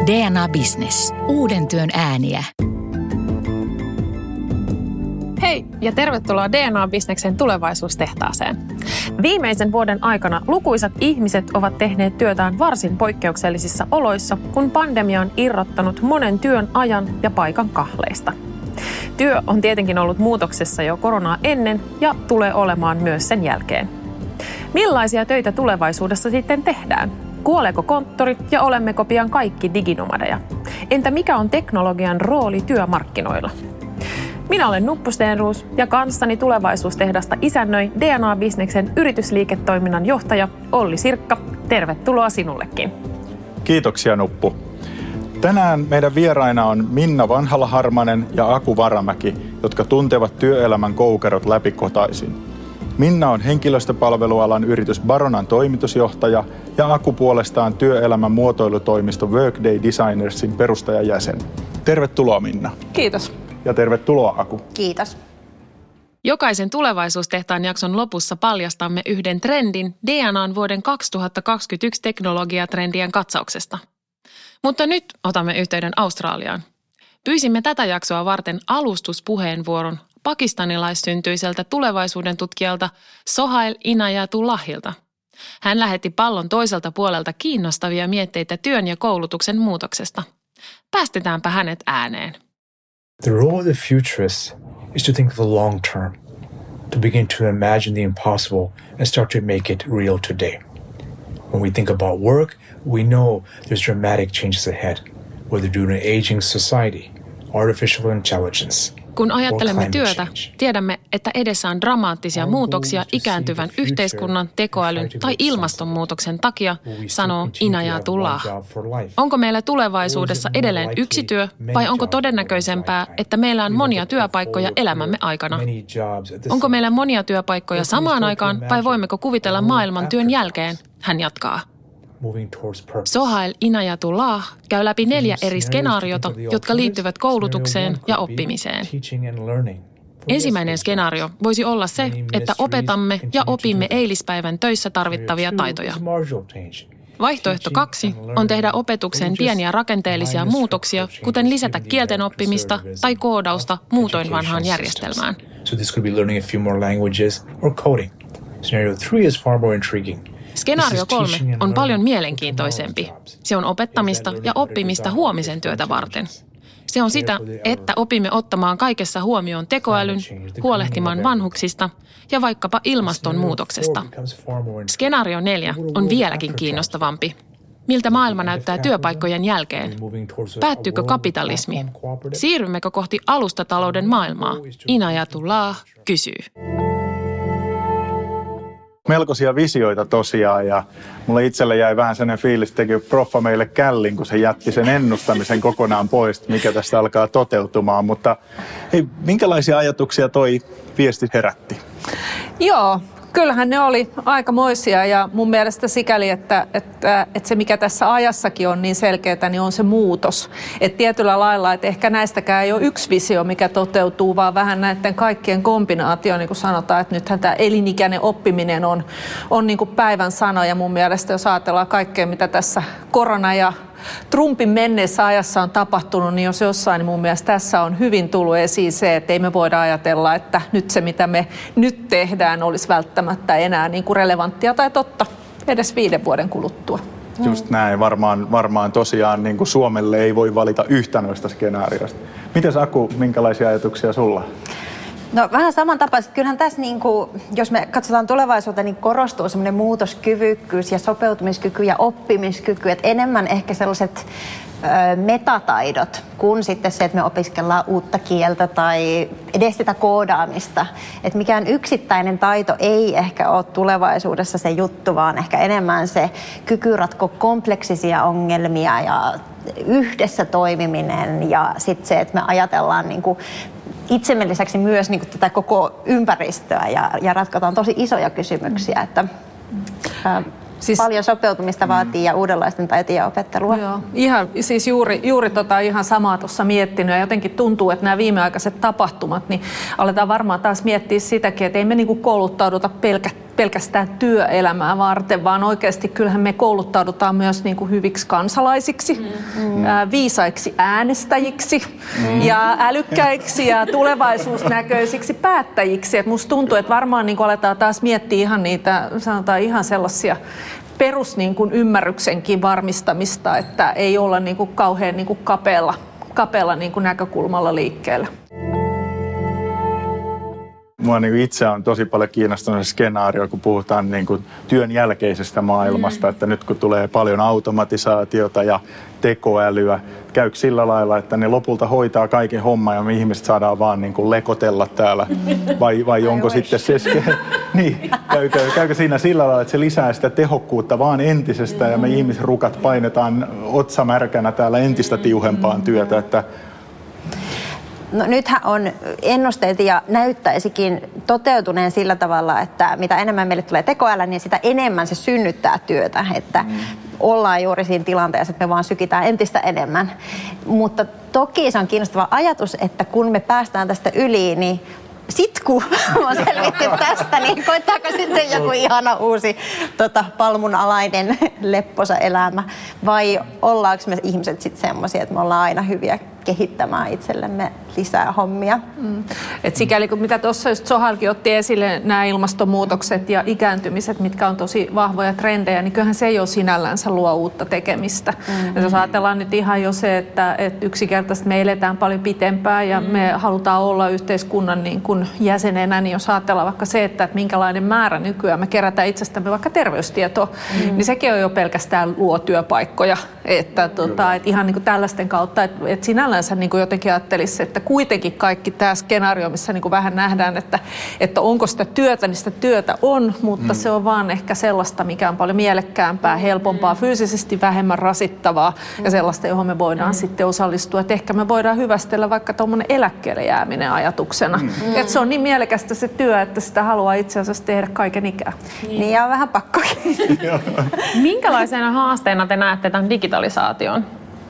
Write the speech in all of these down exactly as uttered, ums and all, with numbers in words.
D N A Business. Uuden työn ääniä. Hei ja tervetuloa D N A-bisneksen tulevaisuustehtaaseen. Viimeisen vuoden aikana lukuisat ihmiset ovat tehneet työtään varsin poikkeuksellisissa oloissa, kun pandemia on irrottanut monen työn ajan ja paikan kahleista. Työ on tietenkin ollut muutoksessa jo koronaa ennen ja tulee olemaan myös sen jälkeen. Millaisia töitä tulevaisuudessa sitten tehdään? Kuoleeko konttori ja olemmeko pian kaikki diginomadeja? Entä mikä on teknologian rooli työmarkkinoilla? Minä olen Nuppu Stenroos ja kanssani tulevaisuustehdasta isännöi D N A-bisneksen yritysliiketoiminnan johtaja Olli Sirkka. Tervetuloa sinullekin. Kiitoksia Nuppu. Tänään meidän vieraina on Minna Vanhala-Harmanen ja Aku Varamäki, jotka tuntevat työelämän koukerot läpikotaisin. Minna on henkilöstöpalvelualan yritys Baronan toimitusjohtaja ja Aku puolestaan työelämän muotoilutoimisto Workday Designersin perustajajäsen. Tervetuloa Minna. Kiitos. Ja tervetuloa Aku. Kiitos. Jokaisen tulevaisuustehtaan jakson lopussa paljastamme yhden trendin D N A:n vuoden kaksituhattakaksikymmentäyksi teknologiatrendien katsauksesta. Mutta nyt otamme yhteyden Australiaan. Pyysimme tätä jaksoa varten alustuspuheenvuoron pakistanilaissyntyseltä tulevaisuuden tutkijalta Sohail Inayatullahilta. Hän lähetti pallon toiselta puolelta kiinnostavia mietteitä työn ja koulutuksen muutoksesta. Päästetäänpä hänet ääneen. The role of the futurist is to think of the long term, to begin to imagine the impossible and start to make it real today. When we think about work, we know there's dramatic changes ahead, whether due to an aging society, artificial intelligence. Kun ajattelemme työtä, tiedämme, että edessä on dramaattisia muutoksia ikääntyvän yhteiskunnan, tekoälyn tai ilmastonmuutoksen takia, sanoo Inayatullah. Onko meillä tulevaisuudessa edelleen yksi työ vai onko todennäköisempää, että meillä on monia työpaikkoja elämämme aikana? Onko meillä monia työpaikkoja samaan aikaan vai voimmeko kuvitella maailman työn jälkeen? Hän jatkaa. Sohail Inayatullah käy läpi neljä eri skenaariota, jotka liittyvät koulutukseen ja oppimiseen. Ensimmäinen skenaario voisi olla se, että opetamme ja opimme eilispäivän töissä tarvittavia taitoja. Vaihtoehto kaksi on tehdä opetukseen pieniä rakenteellisia muutoksia, kuten lisätä kielten oppimista tai koodausta muutoin vanhaan järjestelmään. Skenaario kolme on paljon mielenkiintoisempi. Se on opettamista ja oppimista huomisen työtä varten. Se on sitä, että opimme ottamaan kaikessa huomioon tekoälyn, huolehtimaan vanhuksista ja vaikkapa ilmastonmuutoksesta. Skenaario neljä on vieläkin kiinnostavampi. Miltä maailma näyttää työpaikkojen jälkeen? Päättyykö kapitalismi? Siirrymmekö kohti alustatalouden maailmaa? Inayatullah kysyy. Melkoisia visioita tosiaan ja mulle itselle jäi vähän sellainen fiilis, että teki proffa meille källin, kun se jätti sen ennustamisen kokonaan pois, mikä tästä alkaa toteutumaan. Mutta hei, minkälaisia ajatuksia toi viesti herätti? Joo, kyllähän ne oli aikamoisia ja mun mielestä sikäli, että, että, että se mikä tässä ajassakin on niin selkeää, niin on se muutos. Että tietyllä lailla, että ehkä näistäkään ei ole yksi visio, mikä toteutuu, vaan vähän näiden kaikkien kombinaatio, niin kuin sanotaan, että nythän tämä elinikäinen oppiminen on, on niin kuin päivän sana ja mun mielestä jos ajatellaan kaikkea, mitä tässä korona ja Trumpin menneessä ajassa on tapahtunut, niin jos jossain, niin mun mielestä tässä on hyvin tullut esiin se, että ei me voida ajatella, että nyt se, mitä me nyt tehdään, olisi välttämättä enää niin kuin relevanttia tai totta edes viiden vuoden kuluttua. Just näin. Varmaan, varmaan tosiaan niin kuin Suomelle ei voi valita yhtä noista skenaarioista. Mites Aku, minkälaisia ajatuksia sulla? No vähän samantapaisesti. Kyllähän tässä, niin kuin, jos me katsotaan tulevaisuuteen, niin korostuu semmoinen muutoskyvykkyys ja sopeutumiskyky ja oppimiskyky. Että enemmän ehkä sellaiset ö, metataidot kuin sitten se, että me opiskellaan uutta kieltä tai edes sitä koodaamista. Että mikään yksittäinen taito ei ehkä ole tulevaisuudessa se juttu, vaan ehkä enemmän se kyky ratkoa kompleksisia ongelmia ja yhdessä toimiminen ja sitten se, että me ajatellaan niin kuin itsemme lisäksi myös niin kuin tätä koko ympäristöä ja, ja ratkotaan tosi isoja kysymyksiä, että ää, siis, paljon sopeutumista vaatii ja uudenlaisten taitojen opettelua. Joo, ihan, siis juuri, juuri tota ihan samaa tuossa miettinyt ja jotenkin tuntuu, että nämä viimeaikaiset tapahtumat, niin aletaan varmaan taas miettiä sitäkin, että ei me niin kuin kouluttauduta pelkä, pelkästään työelämää varten, vaan oikeasti kyllähän me kouluttaudutaan myös niin kuin hyviksi kansalaisiksi, mm. ää, viisaiksi äänestäjiksi mm. ja älykkäiksi ja tulevaisuusnäköisiksi päättäjiksi. Et musta tuntuu, että varmaan niin kuin aletaan taas miettiä ihan niitä, sanotaan ihan sellaisia perus niin kuin ymmärryksenkin varmistamista, että ei olla niin kuin kauhean niin kuin kapealla, kapealla niin kuin näkökulmalla liikkeellä. Mua niin itse on tosi paljon kiinnostunut se skenaario, kun puhutaan niin kuin työn jälkeisestä maailmasta, mm. että nyt kun tulee paljon automatisaatiota ja tekoälyä, käykö sillä lailla, että ne lopulta hoitaa kaiken homman ja me ihmiset saadaan vaan niin kuin lekotella täällä, vai, vai onko sitten se, niin, käykö, käykö siinä sillä lailla, että se lisää sitä tehokkuutta vaan entisestä ja me ihmisrukat painetaan otsamärkänä täällä entistä tiuhempaan työtä, että No nythän on ennusteet ja näyttäisikin toteutuneen sillä tavalla, että mitä enemmän meille tulee tekoälyä, niin sitä enemmän se synnyttää työtä. Että mm. ollaan juuri siinä tilanteessa, että me vaan sykitään entistä enemmän. Mutta toki se on kiinnostava ajatus, että kun me päästään tästä yli, niin sit kun on selvitty tästä, niin koittaako sitten joku ihana uusi tota, palmunalainen lepposa elämä? Vai ollaanko me ihmiset sitten semmoisia, että me ollaan aina hyviä kehittämään itsellemme lisää hommia? Mm. Et sikäli kun mitä tuossa just Sohalkin otti esille, nämä ilmastonmuutokset ja ikääntymiset, mitkä on tosi vahvoja trendejä, niin kyllähän se ei ole sinällänsä luo uutta tekemistä. Mm-hmm. Jos ajatellaan nyt ihan jo se, että, että yksinkertaisesti me eletään paljon pitempään ja mm-hmm. me halutaan olla yhteiskunnan niin kuin jäsenenä, niin jos ajatellaan vaikka se, että, että minkälainen määrä nykyään me kerätään itsestämme vaikka terveystietoa, mm-hmm. niin sekin on jo pelkästään luo työpaikkoja. Että, tota, että ihan niin kuin tällaisten kautta, että, että sinällänsä niin kuin jotenkin ajattelisi, että kuitenkin kaikki tämä skenaario, missä niin kuin vähän nähdään, että, että onko sitä työtä, niin sitä työtä on, mutta mm. se on vaan ehkä sellaista, mikä on paljon mielekkäämpää, helpompaa, fyysisesti vähemmän rasittavaa mm. ja sellaista, johon me voidaan mm. sitten osallistua. Että ehkä me voidaan hyvästellä vaikka tuommoinen eläkkeelle jääminen ajatuksena. Mm. Että se on niin mielekästä se työ, että sitä haluaa itse asiassa tehdä kaiken ikää. Niin, niin ja vähän pakkokin. Minkälaisena haasteena te näette tämän digitalisaation?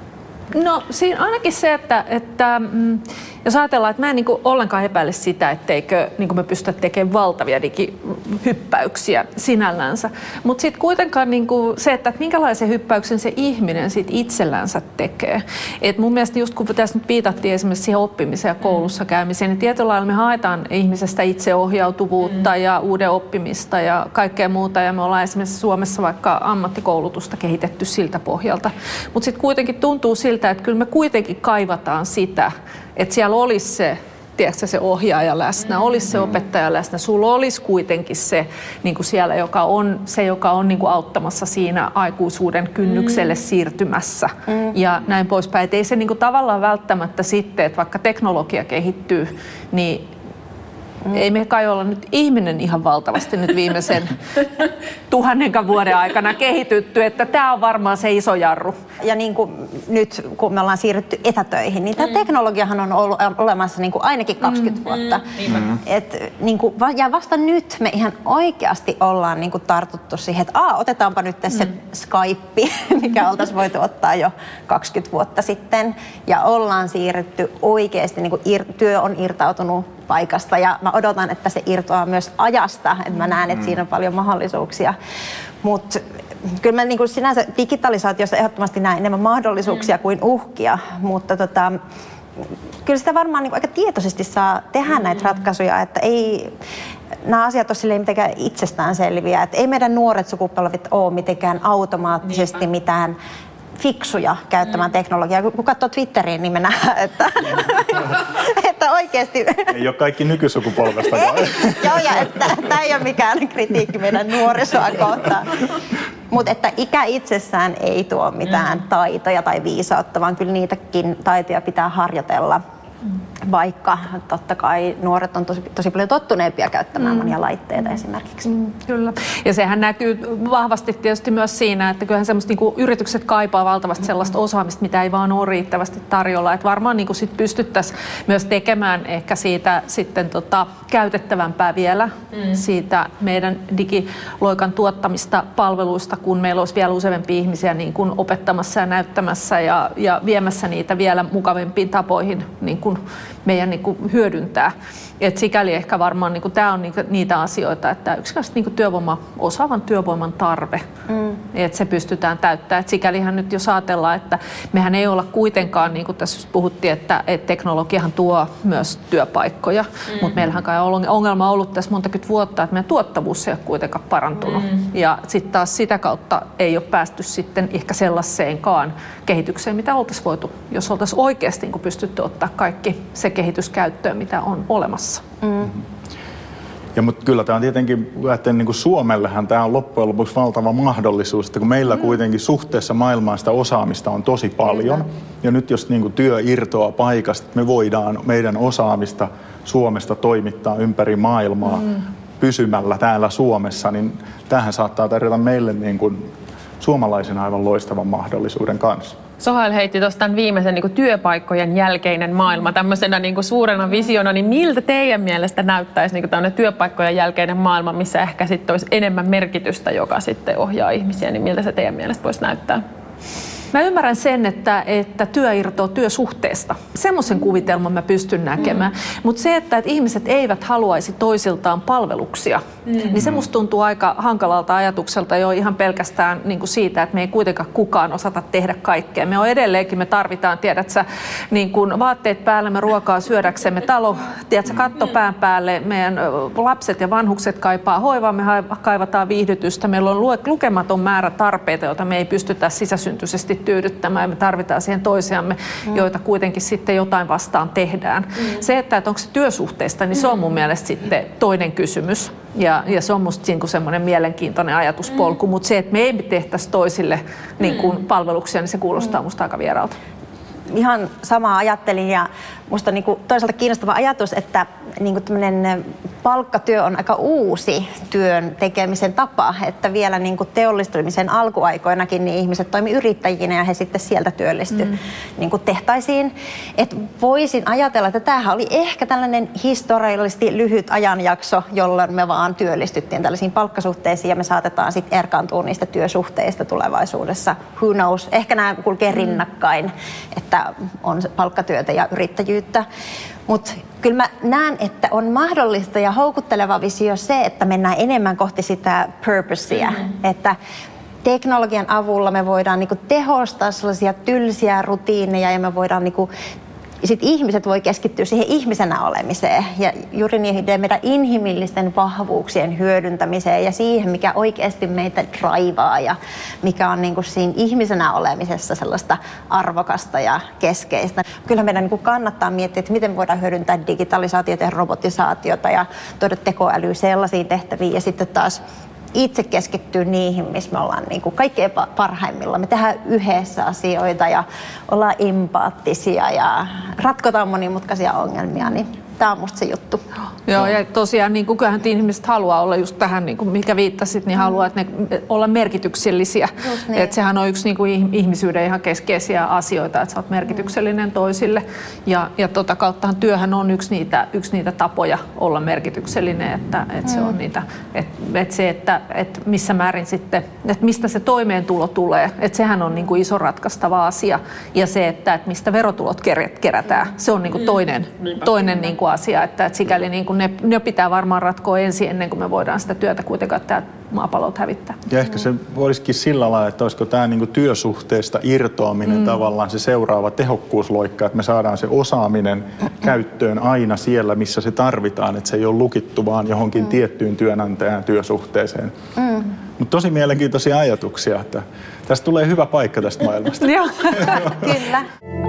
No siinä ainakin se, että, että mm, jos ajatellaan, että mä en niin kuin ollenkaan epäile sitä, etteikö niin kuin me pystytä tekemään valtavia digihyppäyksiä sinällänsä. Mutta sitten kuitenkaan niin kuin se, että minkälaisen hyppäyksen se ihminen sit itsellänsä tekee. Et mun mielestä just kun tässä nyt viitattiin esimerkiksi siihen oppimiseen ja koulussa käymiseen, niin tietyllä lailla me haetaan ihmisestä itseohjautuvuutta mm. ja uuden oppimista ja kaikkea muuta. Ja me ollaan esimerkiksi Suomessa vaikka ammattikoulutusta kehitetty siltä pohjalta. Mutta sitten kuitenkin tuntuu siltä, että kyllä me kuitenkin kaivataan sitä, että siellä olisi se, tiedätkö, se ohjaaja läsnä, olisi se opettaja läsnä. Sulla olisi kuitenkin se niin kuin siellä, joka on, se, joka on niin kuin auttamassa siinä aikuisuuden kynnykselle mm. siirtymässä mm. ja näin poispäin. Et ei se niin kuin tavallaan välttämättä sitten, että vaikka teknologia kehittyy, niin Mm. ei me kai olla nyt ihminen ihan valtavasti nyt viimeisen tuhannenkaan vuoden aikana kehitytty, että tämä on varmaan se iso jarru. Ja niin kuin nyt, kun me ollaan siirrytty etätöihin, niin tämä mm. teknologiahan on ollut olemassa niin kuin ainakin kaksikymmentä mm. vuotta. Mm. Et, niin kuin, ja vasta nyt me ihan oikeasti ollaan niin kuin tartuttu siihen, että Aa, otetaanpa nyt se mm. Skype, mikä oltaisiin voitu ottaa jo kaksikymmentä vuotta sitten. Ja ollaan siirrytty oikeasti, niin kuin ir, työ on irtautunut paikasta ja mä odotan, että se irtoaa myös ajasta, että mä näen, että siinä on paljon mahdollisuuksia. Mutta kyllä mä niin kuin sinänsä digitalisaatiossa ehdottomasti näen enemmän mahdollisuuksia kuin uhkia, mutta tota, kyllä sitä varmaan niin kuin aika tietoisesti saa tehdä näitä ratkaisuja, että ei nämä asiat ole silleen mitenkään itsestäänselviä, että ei meidän nuoret sukupolvit ole mitenkään automaattisesti Niinpä. mitään fiksuja käyttämään mm. teknologiaa. Kun katsoo Twitteriin, niin me nähdään, että, että oikeasti ei ole kaikki nykysukupolvesta. Joo, ja että tämä ei ole mikään kritiikki meidän nuorisoa kohtaan. Mutta että ikä itsessään ei tuo mitään mm. taitoja tai viisautta, vaan kyllä niitäkin taitoja pitää harjoitella. Vaikka totta kai nuoret on tosi, tosi paljon tottuneempia käyttämään mm. monia laitteita esimerkiksi. Mm, kyllä. Ja sehän näkyy vahvasti tietysti myös siinä, että kyllähän semmoista niin kuin yritykset kaipaa valtavasti sellaista osaamista, mitä ei vaan ole riittävästi tarjolla. Että varmaan niin kuin sit pystyttäisiin myös tekemään ehkä siitä sitten tota, käytettävämpää vielä mm. siitä meidän digiloikan tuottamista palveluista, kun meillä olisi vielä useampia ihmisiä niin kuin opettamassa ja näyttämässä ja, ja viemässä niitä vielä mukavimpiin tapoihin niin kuin kuin meidän niin kuin hyödyntää. Et sikäli ehkä varmaan niin kuin tämä on niitä asioita, että yksinkertaisesti niin kuin työvoima, osaavan työvoiman tarve, mm. että se pystytään täyttämään. Et sikälihän nyt jos ajatellaan, että mehän ei olla kuitenkaan, niin kuin tässä puhuttiin, että, että teknologiahan tuo myös työpaikkoja, mm. mutta meillähän kai on ongelma ollut tässä monta kymmentä vuotta, että meidän tuottavuus ei ole kuitenkaan parantunut. Mm. Ja sitten taas sitä kautta ei ole päästy sitten ehkä sellaiseenkaan kehitykseen, mitä oltaisiin voitu, jos oltaisiin oikeasti niin pystytty ottaa kaikki se kehitys käyttöön, mitä on olemassa. Mm. Ja mutta kyllä tämä on tietenkin, että niin kuin Suomellehan tämä on loppujen lopuksi valtava mahdollisuus, että kun meillä mm. kuitenkin suhteessa maailmaan sitä osaamista on tosi paljon, mm. ja nyt jos niin kuin työ irtoaa paikasta, me voidaan meidän osaamista Suomesta toimittaa ympäri maailmaa mm. pysymällä täällä Suomessa, niin tämähän saattaa tarjota meille niin kuin suomalaisena aivan loistavan mahdollisuuden kanssa. Sohail heitti tuosta tämän viimeisen niin kuin työpaikkojen jälkeinen maailma tämmöisenä niin kuin suurena visiona, niin miltä teidän mielestä näyttäisi niin kuin tämmöinen työpaikkojen jälkeinen maailma, missä ehkä sitten olisi enemmän merkitystä, joka sitten ohjaa ihmisiä, niin miltä se teidän mielestä voisi näyttää? Mä ymmärrän sen, että, että työ irtoaa työsuhteesta. Semmoisen kuvitelman mä pystyn näkemään. Mm. Mutta se, että, että ihmiset eivät haluaisi toisiltaan palveluksia, mm. niin se musta tuntuu aika hankalalta ajatukselta jo ihan pelkästään niin kuin siitä, että me ei kuitenkaan kukaan osata tehdä kaikkea. Me on edelleenkin, me tarvitaan, tiedätkö, niin kuin vaatteet päälle, me ruokaa syödäksemme, talo, tiedätkö, katto pään päälle, meidän lapset ja vanhukset kaipaa hoivaa, me kaivataan viihdytystä, meillä on lukematon määrä tarpeita, joita me ei pystytä sisäsyntyisesti tyydyttämään ja me tarvitaan siihen toisiamme, mm. joita kuitenkin sitten jotain vastaan tehdään. Mm. Se, että, että onko se työsuhteista, niin se on mun mielestä sitten toinen kysymys. Ja, ja se on musta niin kuin semmoinen mielenkiintoinen ajatuspolku, mm. mutta se, että me ei tehtäisi toisille niin kuin mm. palveluksia, niin se kuulostaa mm. musta aika vieraalta. Ihan samaa ajattelin ja musta on niinku toisaalta kiinnostava ajatus, että niinku tämmöinen palkkatyö on aika uusi työn tekemisen tapa, että vielä niinku teollistumisen alkuaikoinakin niin ihmiset toimi yrittäjinä ja he sitten sieltä työllistyi mm. niinku tehtaisiin. Et voisin ajatella, että tämähän oli ehkä tällainen historiallisesti lyhyt ajanjakso, jolloin me vaan työllistyttiin tällaisiin palkkasuhteisiin ja me saatetaan sitten erkaantua niistä työsuhteista tulevaisuudessa. Who knows? Ehkä nämä kulkee mm. rinnakkain, että on palkkatyötä ja yrittäjyyttä. Mutta kyllä mä näen, että on mahdollista ja houkutteleva visio se, että mennään enemmän kohti sitä purposea. Mm-hmm. Että teknologian avulla me voidaan niinku tehostaa sellaisia tylsiä rutiineja ja me voidaan niinku sit ihmiset voi keskittyä siihen ihmisenä olemiseen ja juuri niiden meidän inhimillisten vahvuuksien hyödyntämiseen ja siihen, mikä oikeasti meitä draivaa ja mikä on niin kuin siinä ihmisenä olemisessa sellaista arvokasta ja keskeistä. Kyllä meidän niin kuin kannattaa miettiä, että miten voidaan hyödyntää digitalisaatiota ja robotisaatiota ja tuoda tekoälyä sellaisiin tehtäviin ja sitten taas itse keskittyy niihin, missä me ollaan niin kuin kaikkein parhaimmilla. Me tehdään yhdessä asioita ja ollaan empaattisia ja ratkotaan monimutkaisia ongelmia, niin tämä on musta se juttu. Joo, ja tosiaan niin kuin kyllähän ihmiset haluaa olla just tähän, niin kuin mikä viittasit, niin mm. haluaa, että ne olla merkityksellisiä. Niin. Että sehän on yksi niin kuin ihmisyyden ihan keskeisiä asioita, että sä oot merkityksellinen toisille. Ja, ja tota kauttahan työhän on yksi niitä, yksi niitä tapoja olla merkityksellinen, että, että mm. se on niitä, että, että se, että, että missä määrin sitten, että mistä se toimeentulo tulee, että sehän on niin kuin iso ratkaistava asia. Ja se, että, että mistä verotulot kerätään, se on niin kuin toinen, toinen niin kuin asia, että, että sikäli niin kuin ne, ne pitää varmaan ratkoa ensin ennen kuin me voidaan sitä työtä kuitenkaan täältä maapallolta hävittää. Ja ehkä se olisikin sillä lailla, että olisiko tämä niin kuin työsuhteesta irtoaminen mm. tavallaan se seuraava tehokkuusloikka, että me saadaan se osaaminen käyttöön aina siellä, missä se tarvitaan, että se ei ole lukittu vaan johonkin mm. tiettyyn työnantajan työsuhteeseen. Mm. Mutta tosi mielenkiintoisia ajatuksia, että tästä tulee hyvä paikka tästä maailmasta. Joo, kyllä.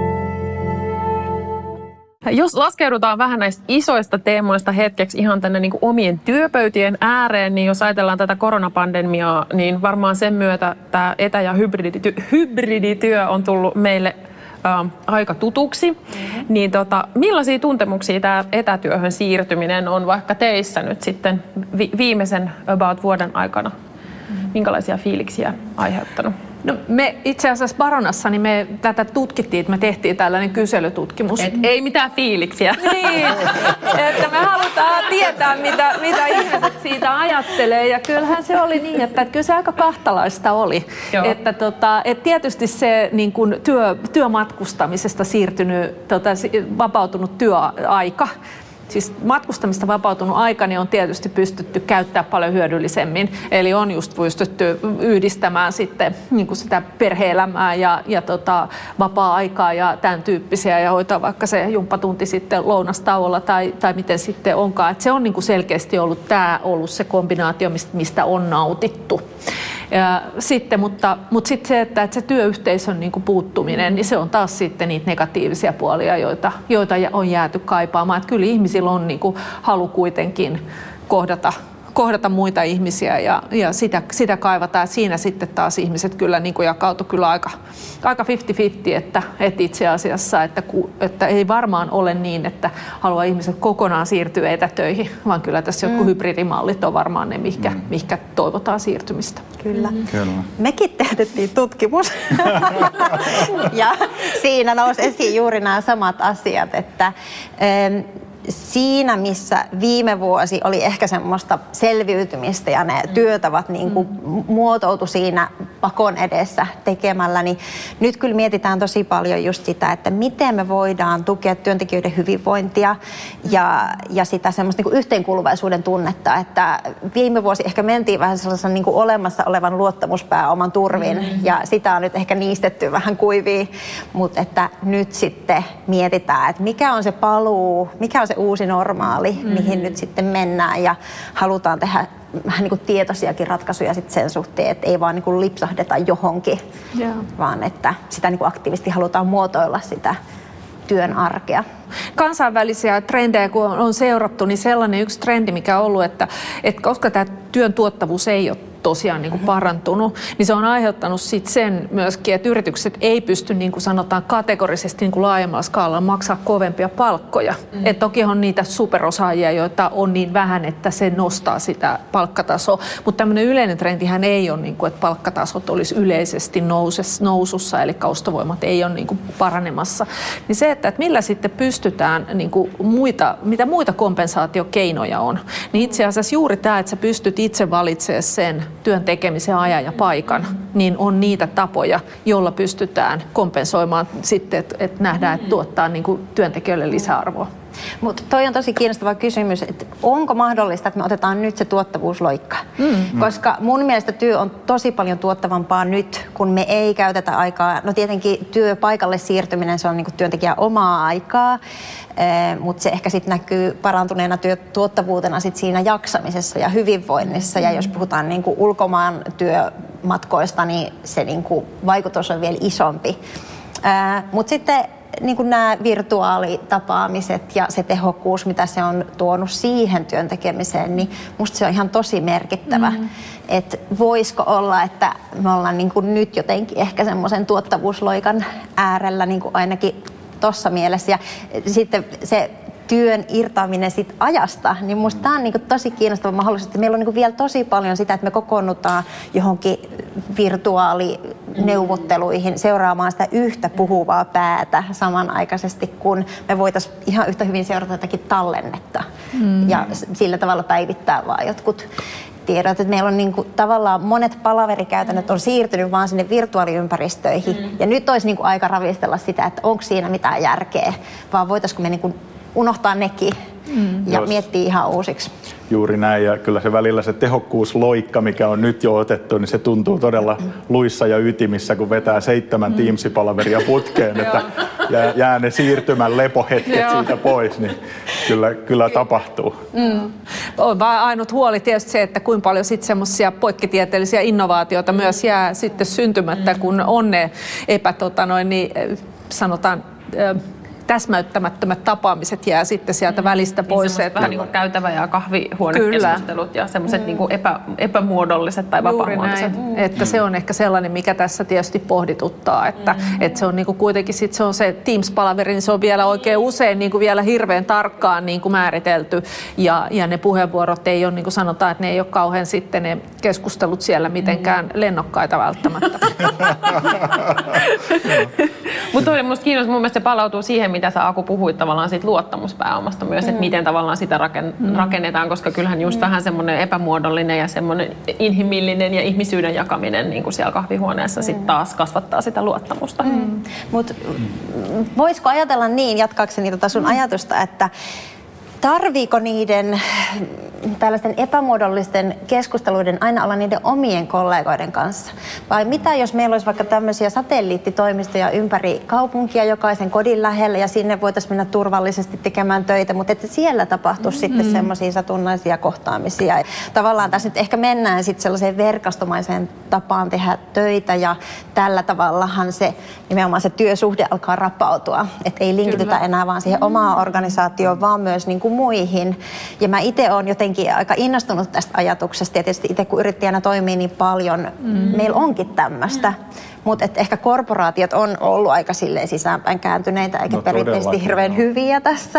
Jos laskeudutaan vähän näistä isoista teemoista hetkeksi ihan tänne niin kuin omien työpöytien ääreen, niin jos ajatellaan tätä koronapandemiaa, niin varmaan sen myötä tämä etä- ja hybridityö, hybridityö on tullut meille ä, aika tutuksi. Mm-hmm. Niin tota, millaisia tuntemuksia tämä etätyöhön siirtyminen on vaikka teissä nyt sitten vi- viimeisen about vuoden aikana? Mm-hmm. Minkälaisia fiiliksiä aiheuttanut? No me itse asiassa Baronassa niin me tätä tutkittiin, että me tehtiin tällainen kyselytutkimus. Et ei mitään fiiliksiä. Niin, että me halutaan tietää, mitä, mitä ihmiset siitä ajattelee. Ja kyllähän se oli niin, että, että kyllä se aika kahtalaista oli. Että, tota, että tietysti se niin kuin työ, työmatkustamisesta siirtynyt, tota, vapautunut työaika, siis matkustamista vapautunut aika niin on tietysti pystytty käyttämään paljon hyödyllisemmin. Eli on just pystytty yhdistämään sitten niin kuin sitä perhe-elämää ja, ja tota, vapaa-aikaa ja tämän tyyppisiä ja hoitaa vaikka se jumppatunti sitten lounastauolla tai, tai miten sitten onkaan. Et se on niin kuin selkeästi ollut tämä ollut se kombinaatio, mistä on nautittu. Ja sitten, mutta, mutta sitten se, että, että se työyhteisön niin kuin puuttuminen, niin se on taas sitten niitä negatiivisia puolia, joita, joita on jääty kaipaamaan. Että kyllä ihmisillä on niin kuin halu kuitenkin kohdata, kohdata muita ihmisiä ja, ja sitä, sitä kaivataan. Siinä sitten taas ihmiset kyllä niin kuin jakautu kyllä aika, aika viisikymmentä viisikymmentä, että, että itse asiassa, että, että ei varmaan ole niin, että haluaa ihmiset kokonaan siirtyä etätöihin, vaan kyllä tässä mm. jotkut hybridimallit on varmaan ne, mihinkä, mm. mihinkä toivotaan siirtymistä. Kyllä. Mm. Kyllä. Mekin tehdettiin tutkimus ja siinä nousi esiin juuri nämä samat asiat, että ähm, siinä, missä viime vuosi oli ehkä semmoista selviytymistä ja ne työtavat niin kuin muotoutu siinä pakon edessä tekemällä, niin nyt kyllä mietitään tosi paljon just sitä, että miten me voidaan tukea työntekijöiden hyvinvointia ja, ja sitä semmoista niin kuin yhteenkuuluvaisuuden tunnetta, että viime vuosi ehkä mentiin vähän sellaisen niin kuin olemassa olevan luottamuspääoman turvin mm-hmm. ja sitä on nyt ehkä niistetty vähän kuiviin, mutta että nyt sitten mietitään, että mikä on se paluu, mikä on se uusi normaali, mm-hmm. mihin nyt sitten mennään ja halutaan tehdä vähän niin kuin tietoisiakin ratkaisuja sitten sen suhteen, että ei vaan niin kuin lipsahdeta johonkin, yeah. vaan että sitä niin kuin aktiivisesti halutaan muotoilla sitä työn arkea. Kansainvälisiä trendejä, kun on seurattu, niin sellainen yksi trendi, mikä on ollut, että, että koska tämä työn tuottavuus ei ole tosiaan niin kuin parantunut, niin se on aiheuttanut sit sen myöskin, että yritykset ei pysty, niin kuin sanotaan, kategorisesti niin kuin laajemmalla skaalalla maksaa kovempia palkkoja. Mm. Et toki on niitä superosaajia, joita on niin vähän, että se nostaa sitä palkkatasoa, mutta tämmöinen yleinen trendihän ei ole, niin kuin, että palkkatasot olisi yleisesti nouses, nousussa, eli ostovoimat ei ole niin kuin paranemassa. Niin se, että, että millä sitten pystytään, niin kuin muita, mitä muita kompensaatiokeinoja on, niin itse asiassa juuri tämä, että sä pystyt itse valitsemaan sen työn tekemisen ajan ja paikan, niin on niitä tapoja, joilla pystytään kompensoimaan sitten, että, että nähdään, että tuottaa niin kuin työntekijöille lisäarvoa. Mutta toi on tosi kiinnostava kysymys, että onko mahdollista, että me otetaan nyt se tuottavuusloikka? Mm. Koska mun mielestä työ on tosi paljon tuottavampaa nyt, kun me ei käytetä aikaa. No tietenkin työpaikalle siirtyminen, se on niinku työntekijän omaa aikaa, eh, mutta se ehkä sitten näkyy parantuneena työtuottavuutena sit siinä jaksamisessa ja hyvinvoinnissa. Mm. Ja jos puhutaan niinku ulkomaan työmatkoista, niin se niinku vaikutus on vielä isompi. Eh, mutta sitten niin kuin nämä virtuaalitapaamiset ja se tehokkuus, mitä se on tuonut siihen työn tekemiseen, niin musta se on ihan tosi merkittävä. Mm. Että voisiko olla, että me ollaan niin kuin nyt jotenkin ehkä semmoisen tuottavuusloikan äärellä niin kuin ainakin tuossa mielessä. Ja sitten se työn irtaaminen sit ajasta, niin musta tämä on niinku tosi kiinnostava mahdollisuus, että meillä on niinku vielä tosi paljon sitä, että me kokoonnutaan johonkin virtuaalineuvotteluihin seuraamaan sitä yhtä puhuvaa päätä samanaikaisesti, kun me voitaisiin ihan yhtä hyvin seurata jotakin tallennetta mm. ja sillä tavalla päivittää vaan jotkut tiedot, että meillä on niinku tavallaan monet palaverikäytännöt on siirtynyt vaan sinne virtuaaliympäristöihin mm. ja nyt olisi niinku aika ravistella sitä, että onko siinä mitään järkeä, vaan voitaisiinko me niinku unohtaa nekin mm. ja Jos. miettiä ihan uusiksi. Juuri näin, ja kyllä se välillä se tehokkuusloikka, mikä on nyt jo otettu, niin se tuntuu todella luissa ja ytimissä, kun vetää seitsemän mm. Teams-palaveria putkeen, että jää, jää ne siirtymän lepohetket siitä pois, niin kyllä, kyllä tapahtuu. Mm. On vaan ainut huoli tietysti se, että kuinka paljon sitten semmoisia poikkitieteellisiä innovaatioita mm. myös jää sitten syntymättä, mm. kun on ne epätotanoin, niin sanotaan täsmäyttämättömät tapaamiset jää sitten sieltä välistä pois. Niin vähän niin kuin käytävä- ja kahvihuonekeskustelut ja semmoiset mm. niin kuin epä, epämuodolliset tai vapaamuotoiset. Mm. Että se on ehkä sellainen, mikä tässä tietysti pohdituttaa, että, mm. että se on niin kuin kuitenkin sit se on se Teams-palaveri, niin se on vielä oikein usein niin kuin vielä hirveän tarkkaan niin kuin määritelty ja, ja ne puheenvuorot ei ole, niin kuin sanotaan, että ne ei ole kauhean sitten ne keskustelut siellä mitenkään lennokkaita välttämättä. Mutta oli musta kiinnostaa, mun mielestä se palautuu siihen, mitä sä Aku puhuit tavallaan siitä luottamuspääomasta myös, mm. että miten tavallaan sitä rakennetaan, koska kyllähän just mm. vähän semmoinen epämuodollinen ja semmoinen inhimillinen ja ihmisyyden jakaminen niin kuin siellä kahvihuoneessa mm. sitten taas kasvattaa sitä luottamusta. Mm. Mutta voisiko ajatella niin, jatkaakseni tota sun mm. ajatusta, että tarviiko niiden tällaisten epämuodollisten keskusteluiden aina olla niiden omien kollegoiden kanssa? Vai mitä jos meillä olisi vaikka tämmöisiä satelliittitoimistoja ympäri kaupunkia jokaisen kodin lähellä ja sinne voitaisiin mennä turvallisesti tekemään töitä, mutta että siellä tapahtuisi mm-hmm. sitten semmoisia satunnaisia kohtaamisia. Tavallaan tässä nyt ehkä mennään sitten sellaiseen verkostomaiseen tapaan tehdä töitä ja tällä tavallahan se nimenomaan se työsuhde alkaa rapautua. Että ei linkitytä Kyllä. enää vaan siihen omaan organisaatioon, vaan myös niin kuin muihin. Ja mä itse olen jotenkin aika innostunut tästä ajatuksesta ja tietysti itse kun yrittäjänä toimii niin paljon, mm. meillä onkin tämmöistä. Mm. Mutta ehkä korporaatiot on ollut aika silleen sisäänpäin kääntyneitä eikä no, perinteisesti hirveän no. hyviä tässä.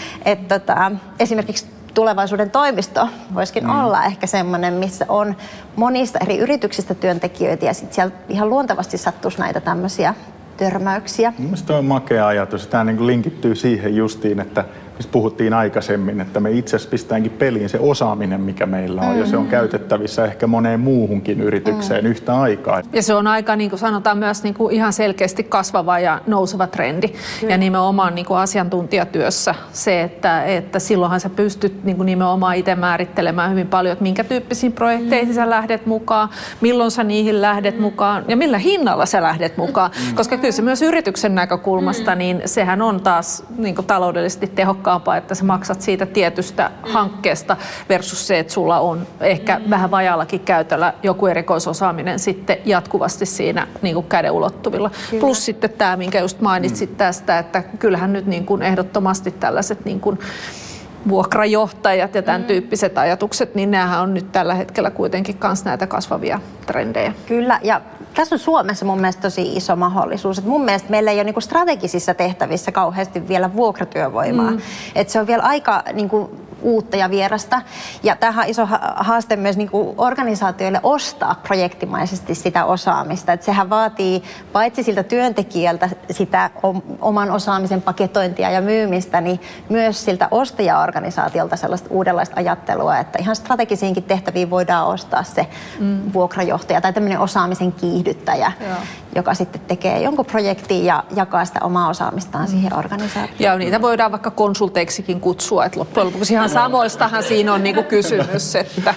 Et tota, esimerkiksi tulevaisuuden toimisto voisikin mm. olla ehkä semmoinen, missä on monista eri yrityksistä työntekijöitä ja sitten siellä ihan luontevasti sattuisi näitä tämmöisiä törmäyksiä. Mielestäni on makea ajatus. Tämä niin linkittyy siihen justiin, että mistä puhuttiin aikaisemmin, että me itse asiassa pistäänkin peliin se osaaminen, mikä meillä on, mm. ja se on käytettävissä ehkä moneen muuhunkin yritykseen mm. yhtä aikaa. Ja se on aika, niin kuin sanotaan, myös niin kuin ihan selkeästi kasvava ja nouseva trendi. Kyllä. Ja nimenomaan niin kuin asiantuntijatyössä se, että, että silloinhan sä pystyt niin kuin nimenomaan itse määrittelemään hyvin paljon, että minkä tyyppisiin projekteihin mm. sä lähdet mukaan, milloin sä niihin lähdet mm. mukaan ja millä hinnalla sä lähdet mukaan. Mm. Koska kyllä se myös yrityksen näkökulmasta, mm. niin sehän on taas niin kuin taloudellisesti tehokkaasti, että sä maksat siitä tietystä hankkeesta versus se, että sulla on ehkä mm. vähän vajaallakin käytöllä joku erikoisosaaminen sitten jatkuvasti siinä niin kuin käden ulottuvilla. Kyllä. Plus sitten tämä, minkä just mainitsit mm. tästä, että kyllähän nyt niin kuin ehdottomasti tällaiset niin kuin vuokrajohtajat ja tämän mm. tyyppiset ajatukset, niin näähän on nyt tällä hetkellä kuitenkin myös näitä kasvavia trendejä. Kyllä, ja tässä on Suomessa mun mielestä tosi iso mahdollisuus. Että mun mielestä meillä ei ole niinku strategisissa tehtävissä kauheasti vielä vuokratyövoimaa. Mm. Että se on vielä aika niinku uutta ja vierasta. Ja tämähän on iso haaste myös niinku organisaatioille ostaa projektimaisesti sitä osaamista. Että sehän vaatii paitsi siltä työntekijältä sitä oman osaamisen paketointia ja myymistä, niin myös siltä ostajaorganisaatiolta sellaista uudenlaista ajattelua, että ihan strategisiinkin tehtäviin voidaan ostaa se mm. vuokrajohtaja tai tämmöinen osaamisen kiihdyttäjä, Joo. joka sitten tekee jonkun projektin ja jakaa sitä omaa osaamistaan mm. siihen organisaatioon. Ja niitä voidaan vaikka konsulteiksikin kutsua, että loppujen lopuksi ihan samoistahan siinä on niinku kysymys. Että.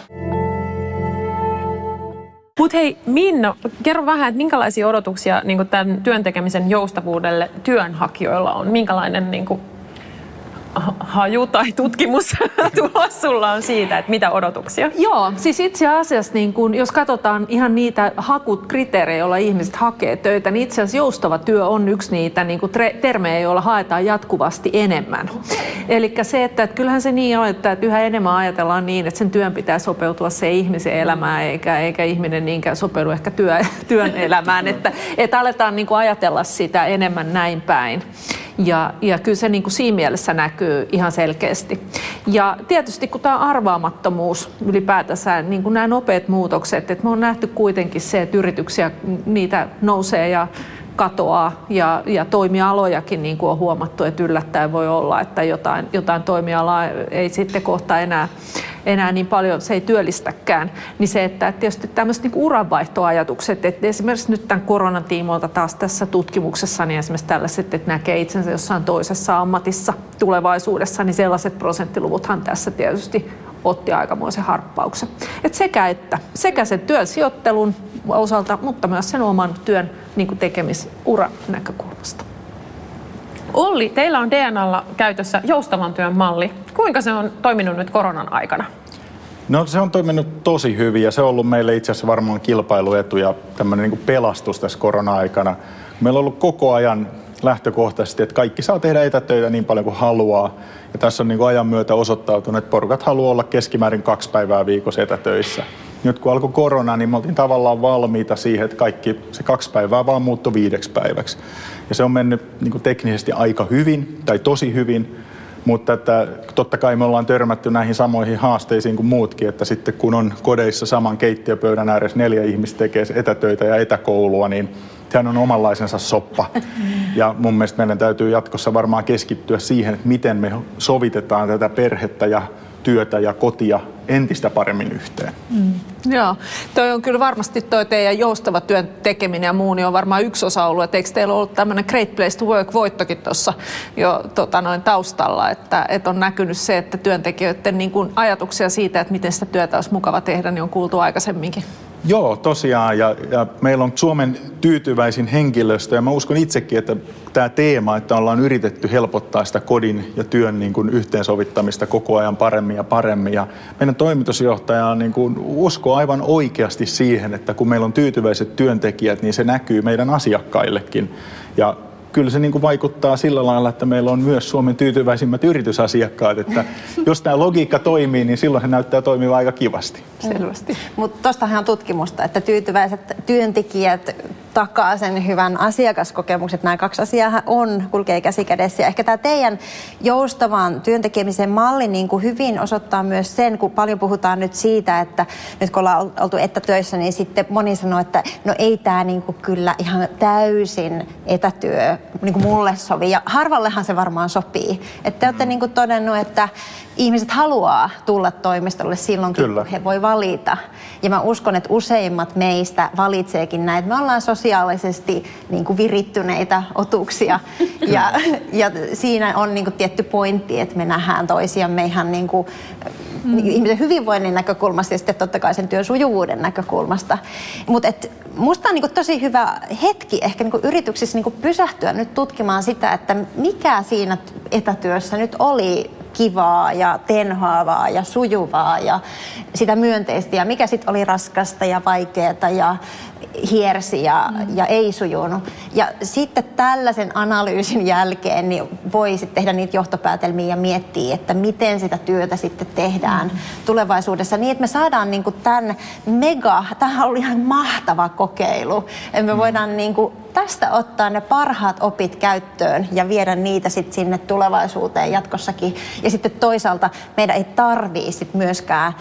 Mutta hei Minna, kerro vähän, että minkälaisia odotuksia niin tämän työn tekemisen joustavuudelle työnhakijoilla on? Minkälainen niin kuin, haju tai tutkimus tulos sulla on siitä, että mitä odotuksia? Joo, siis itse asiassa niin kun, jos katsotaan ihan niitä hakukriteerejä, joilla ihmiset hakee töitä, niin itse asiassa joustava työ on yksi niitä niin kuin termejä, joilla haetaan jatkuvasti enemmän. Eli se, että, että kyllähän se niin on, että yhä enemmän ajatellaan niin, että sen työn pitää sopeutua se ihmisen elämään, eikä, eikä ihminen niinkään sopeudu ehkä työ, työn elämään, että, että aletaan niin kuin ajatella sitä enemmän näin päin. Ja, ja kyllä se niin kuin siinä mielessä näkyy ihan selkeästi. Ja tietysti kun tämä arvaamattomuus ylipäätänsä, niin kuin nämä nopeat muutokset, että me on nähty kuitenkin se, että yrityksiä niitä nousee ja katoaa ja, ja toimialojakin niin kuin on huomattu, että yllättäen voi olla, että jotain, jotain toimialaa ei sitten kohta enää, enää niin paljon, se ei työllistäkään. Niin se, että tietysti tämmöiset niin kuin uranvaihtoajatukset, että esimerkiksi nyt tämän koronan tiimoilta taas tässä tutkimuksessa, niin esimerkiksi tällaiset, että näkee itsensä jossain toisessa ammatissa tulevaisuudessa, niin sellaiset prosenttiluvuthan tässä tietysti otti aikamoisen harppauksen. Et sekä, että, sekä sen työn sijoittelun osalta, mutta myös sen oman työn niin kuin tekemisuran näkökulmasta. Olli, teillä on D N A:lla käytössä joustavan työn malli. Kuinka se on toiminut nyt koronan aikana? No se on toiminut tosi hyvin ja se on ollut meille itse asiassa varmaan kilpailuetu ja tämmöinen niin kuin pelastus tässä korona-aikana. Meillä on ollut koko ajan lähtökohtaisesti, että kaikki saa tehdä etätöitä niin paljon kuin haluaa. Ja tässä on niin kuin ajan myötä osoittautunut, että porukat haluaa olla keskimäärin kaksi päivää viikossa etätöissä. Nyt kun alkoi korona, niin me oltiin tavallaan valmiita siihen, että kaikki se kaksi päivää vaan muuttui viideksi päiväksi. Ja se on mennyt niin kuin teknisesti aika hyvin, tai tosi hyvin, mutta että totta kai me ollaan törmätty näihin samoihin haasteisiin kuin muutkin, että sitten kun on kodeissa saman keittiöpöydän ääressä neljä ihmistä tekee etätöitä ja etäkoulua, niin sehän on omanlaisensa soppa. Ja mun mielestä meidän täytyy jatkossa varmaan keskittyä siihen, että miten me sovitetaan tätä perhettä ja työtä ja kotia entistä paremmin yhteen. Mm. Joo, toi on kyllä varmasti toi teidän joustava työn tekeminen ja muu, niin on varmaan yksi osa ollut, että eikö teillä ollut tämmöinen Great Place to Work-voittokin tuossa jo tota, noin taustalla, että, että on näkynyt se, että työntekijöiden niin kuin ajatuksia siitä, että miten sitä työtä olisi mukava tehdä, niin on kuultu aikaisemminkin. Joo, tosiaan. Ja, ja meillä on Suomen tyytyväisin henkilöstö ja mä uskon itsekin, että tämä teema, että ollaan yritetty helpottaa sitä kodin ja työn niin kuin yhteensovittamista koko ajan paremmin ja paremmin. Ja meidän toimitusjohtaja niin kuin uskoo aivan oikeasti siihen, että kun meillä on tyytyväiset työntekijät, niin se näkyy meidän asiakkaillekin. Ja kyllä se niin kuin vaikuttaa sillä lailla, että meillä on myös Suomen tyytyväisimmät yritysasiakkaat, että jos tämä logiikka toimii, niin silloin se näyttää toimivan aika kivasti. Selvästi. Mutta tuostahan on tutkimusta, että tyytyväiset työntekijät takaa sen hyvän asiakaskokemuksen. Nämä kaksi asiaa on, kulkee käsi kädessä. Ja ehkä tämä teidän joustavan työntekemisen malli niin kuin hyvin osoittaa myös sen, kun paljon puhutaan nyt siitä, että nyt kun ollaan oltu etätöissä, niin sitten moni sanoo, että no ei tämä niin kuin kyllä ihan täysin etätyö niin kuin mulle sovi. Ja harvallehan se varmaan sopii. Että te olette niin kuin todennut, että ihmiset haluaa tulla toimistolle silloinkin, Kyllä. kun he voi valita. Ja mä uskon, että useimmat meistä valitseekin näitä. Me ollaan sosiaalisesti niin kuin virittyneitä otuksia. ja, ja siinä on niin kuin tietty pointti, että me nähdään toisiamme ihan niin kuin mm. ihmisen hyvinvoinnin näkökulmasta ja sitten totta kai sen työn sujuvuuden näkökulmasta. Mutta musta on niin kuin tosi hyvä hetki ehkä niin kuin yrityksissä niin kuin pysähtyä nyt tutkimaan sitä, että mikä siinä etätyössä nyt oli kivaa ja tenhaavaa ja sujuvaa ja sitä myönteistä ja mikä sitten oli raskasta ja vaikeaa ja hiersi ja, mm. ja ei sujunut. Ja sitten tällaisen analyysin jälkeen niin voi sitten tehdä niitä johtopäätelmiä ja miettiä, että miten sitä työtä sitten tehdään mm. tulevaisuudessa niin, että me saadaan niin kuin tämän mega, tämä on ihan mahtava kokeilu. Ja me mm. voidaan niin kuin tästä ottaa ne parhaat opit käyttöön ja viedä niitä sitten sinne tulevaisuuteen jatkossakin. Ja sitten toisaalta meidän ei tarvii sit myöskään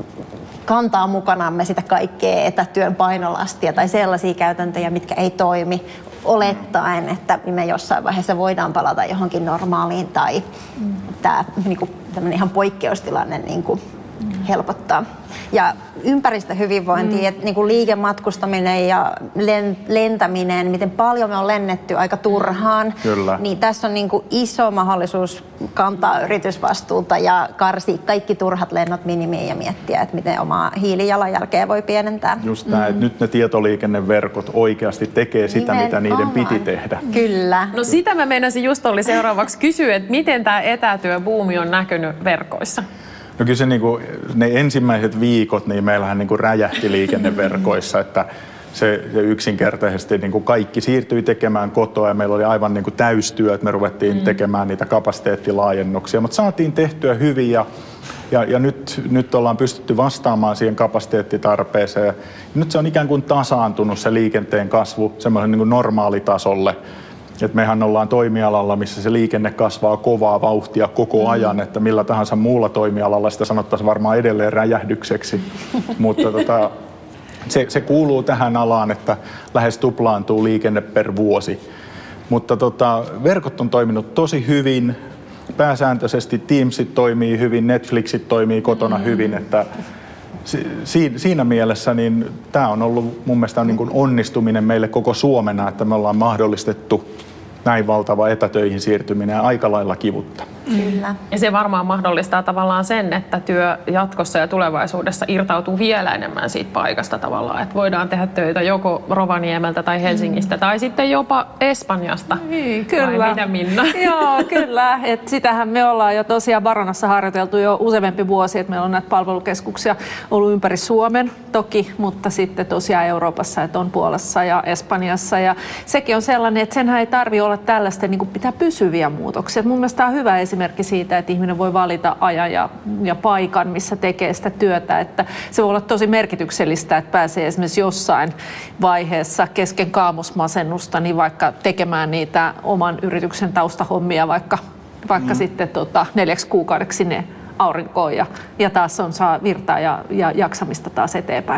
kantaa mukanamme sitä kaikkea etätyön painolastia tai sellaisia käytäntöjä, mitkä ei toimi, olettaen, että me jossain vaiheessa voidaan palata johonkin normaaliin tai mm. tämä niinku, ihan poikkeustilanne niinku, helpottaa. Ja ympäristöhyvinvointi, mm. että niin kuin liikematkustaminen ja lentäminen, miten paljon me on lennetty aika turhaan, Kyllä. niin tässä on niin kuin iso mahdollisuus kantaa yritysvastuuta ja karsia kaikki turhat lennot minimiin ja miettiä, että miten omaa hiilijalanjälkeä voi pienentää. Just näin, mm. että nyt ne tietoliikenneverkot oikeasti tekee sitä, Nimenomaan. mitä niiden piti tehdä. Kyllä. No sitä mä meinasin just oli seuraavaksi kysyä, että miten tämä etätyöbuumi on näkynyt verkoissa? No kyllä se niin kuin, ne ensimmäiset viikot, niin meillähän niin kuin räjähti liikenneverkoissa, että se, se yksinkertaisesti niin kuin kaikki siirtyi tekemään kotoa ja meillä oli aivan niin kuin täystyö, että me ruvettiin mm. tekemään niitä kapasiteettilaajennuksia, mutta saatiin tehtyä hyvin ja, ja, ja nyt, nyt ollaan pystytty vastaamaan siihen kapasiteettitarpeeseen. Ja nyt se on ikään kuin tasaantunut se liikenteen kasvu semmoisen niin kuin normaalitasolle. Et mehän ollaan toimialalla, missä se liikenne kasvaa kovaa vauhtia koko ajan, että millä tahansa muulla toimialalla sitä sanottaisiin varmaan edelleen räjähdykseksi. Mutta tota, se, se kuuluu tähän alaan, että lähes tuplaantuu liikenne per vuosi. Mutta tota, verkot on toiminut tosi hyvin. Pääsääntöisesti Teamsit toimii hyvin, Netflixit toimii kotona hyvin, että Si- siinä mielessä niin tämä on ollut mun mielestä niin kuin onnistuminen meille koko Suomena, että me ollaan mahdollistettu näin valtava etätöihin siirtyminen aika lailla kivutta. Kyllä. Ja se varmaan mahdollistaa tavallaan sen, että työ jatkossa ja tulevaisuudessa irtautuu vielä enemmän siitä paikasta tavallaan. Että voidaan tehdä töitä joko Rovaniemeltä tai Helsingistä mm. tai sitten jopa Espanjasta. Niin, kyllä. Vai mitä, Minna? Joo, kyllä. Et sitähän me ollaan jo tosiaan Baronassa harjoiteltu jo useampi vuosi, että meillä on näitä palvelukeskuksia ollut ympäri Suomen toki, mutta sitten tosiaan Euroopassa, että on Puolassa ja Espanjassa. Ja sekin on sellainen, että senhän ei tarvitse olla tällaista niin kuin pitää pysyviä muutoksia. Et mun mielestä tämä on hyvä esimerkki siitä, että ihminen voi valita ajan ja, ja paikan, missä tekee sitä työtä. Että se voi olla tosi merkityksellistä, että pääsee esimerkiksi jossain vaiheessa kesken kaamosmasennusta niin vaikka tekemään niitä oman yrityksen taustahommia vaikka, vaikka mm. sitten tota, neljäksi kuukaudeksi sinne aurinkoon ja, ja taas on saa virtaa ja, ja jaksamista taas eteenpäin.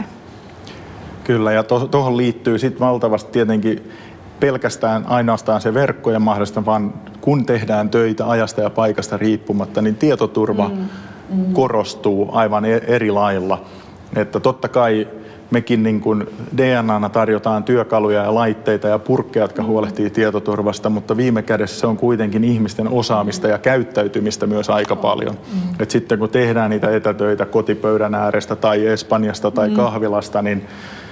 Kyllä, ja tuohon to, liittyy sitten valtavasti tietenkin pelkästään ainoastaan se verkkojen mahdollista, vaan kun tehdään töitä ajasta ja paikasta riippumatta, niin tietoturva mm. Mm. korostuu aivan eri lailla. Että totta kai mekin niin kuin D N A:na tarjotaan työkaluja ja laitteita ja purkkeja, jotka huolehtii tietoturvasta, mutta viime kädessä se on kuitenkin ihmisten osaamista ja käyttäytymistä myös aika paljon. Mm. Et sitten kun tehdään niitä etätöitä kotipöydän äärestä tai Espanjasta tai mm. kahvilasta, niin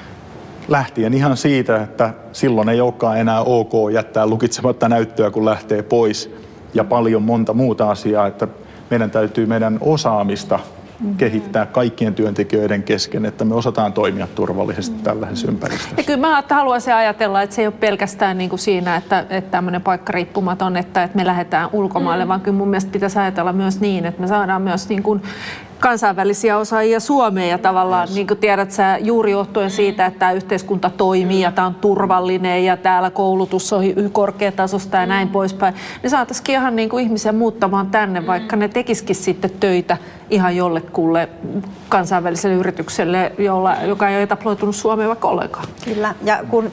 lähtien ihan siitä, että silloin ei olekaan enää ok jättää lukitsematta näyttöä, kun lähtee pois. Ja paljon monta muuta asiaa, että meidän täytyy meidän osaamista kehittää kaikkien työntekijöiden kesken, että me osataan toimia turvallisesti tällaisessa ympäristössä. Ja kyllä mä haluaisin ajatella, että se ei ole pelkästään niin kuin siinä, että, että tämmöinen paikka riippumaton, että, että me lähdetään ulkomaille, mm. vaan kyllä mun mielestä pitäisi ajatella myös niin, että me saadaan myös niin kuin kansainvälisiä osaajia Suomeen ja tavallaan, yes. niin kuin tiedät sä, juuri johtuen siitä, että tämä yhteiskunta toimii ja tämä on turvallinen ja täällä koulutus on korkeatasosta ja näin poispäin, niin saataisiin ihan niin kuin ihmisiä muuttamaan tänne, vaikka ne tekisikin sitten töitä ihan jollekulle kansainväliselle yritykselle, jolla, joka ei ole etaploitunut Suomeen vaikka ollenkaan. Kyllä, ja kun